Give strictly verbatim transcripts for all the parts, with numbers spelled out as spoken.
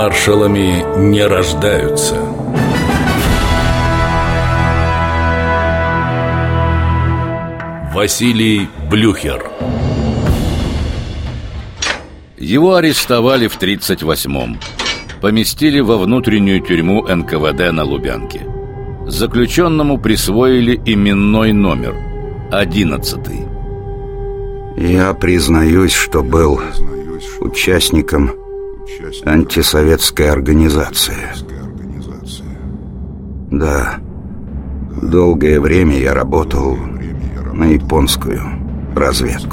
Маршалами не рождаются. Василий Блюхер. Его арестовали в тридцать восьмом. Поместили во внутреннюю тюрьму эн ка вэ дэ на Лубянке. Заключенному присвоили именной номер одиннадцатый. Я признаюсь, что был участником антисоветской организации. Да, долгое время я работал на японскую разведку.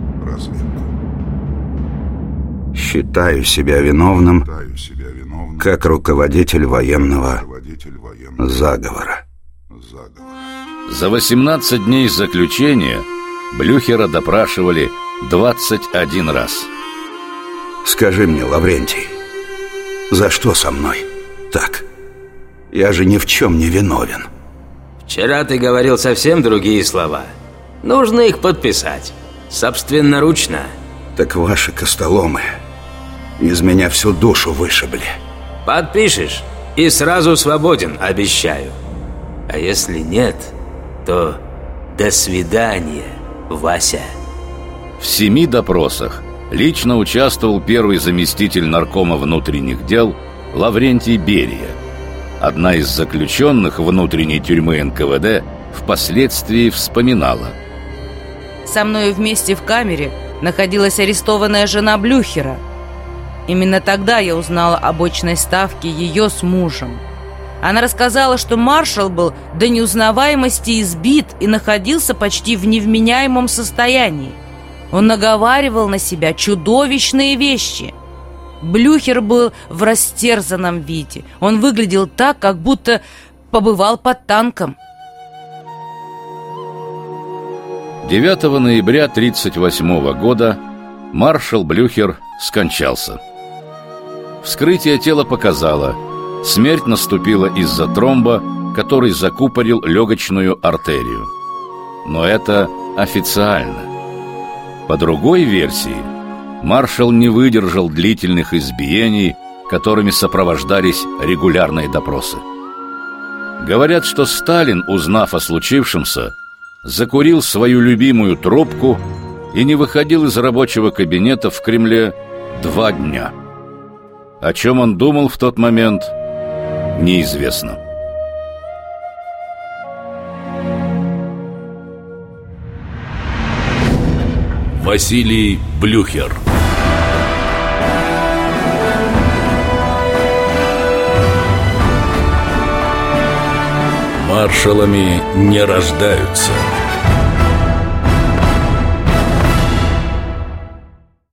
Считаю себя виновным как руководитель военного заговора. За восемнадцать дней заключения Блюхера допрашивали двадцать один раз. Скажи мне, Лаврентий, за что со мной так? Я же ни в чем не виновен. Вчера ты говорил совсем другие слова. Нужно их подписать. Собственноручно. Так ваши костоломы из меня всю душу вышибли. Подпишешь и сразу свободен, обещаю. А если нет, то до свидания, Вася. В семи допросах лично участвовал первый заместитель наркома внутренних дел Лаврентий Берия. Одна из заключенных внутренней тюрьмы эн ка вэ дэ впоследствии вспоминала: со мной вместе в камере находилась арестованная жена Блюхера. Именно тогда я узнала об очной ставке ее с мужем. Она рассказала, что маршал был до неузнаваемости избит и находился почти в невменяемом состоянии. Он наговаривал на себя чудовищные вещи. Блюхер был в растерзанном виде. Он выглядел так, как будто побывал под танком. девятого ноября тридцать восьмого года маршал Блюхер скончался. Вскрытие тела показало: смерть наступила из-за тромба, который закупорил легочную артерию. Но это официально. По другой версии, маршал не выдержал длительных избиений, которыми сопровождались регулярные допросы. Говорят, что Сталин, узнав о случившемся, закурил свою любимую трубку и не выходил из рабочего кабинета в Кремле два дня. О чем он думал в тот момент, неизвестно. Василий Блюхер. Маршалами не рождаются.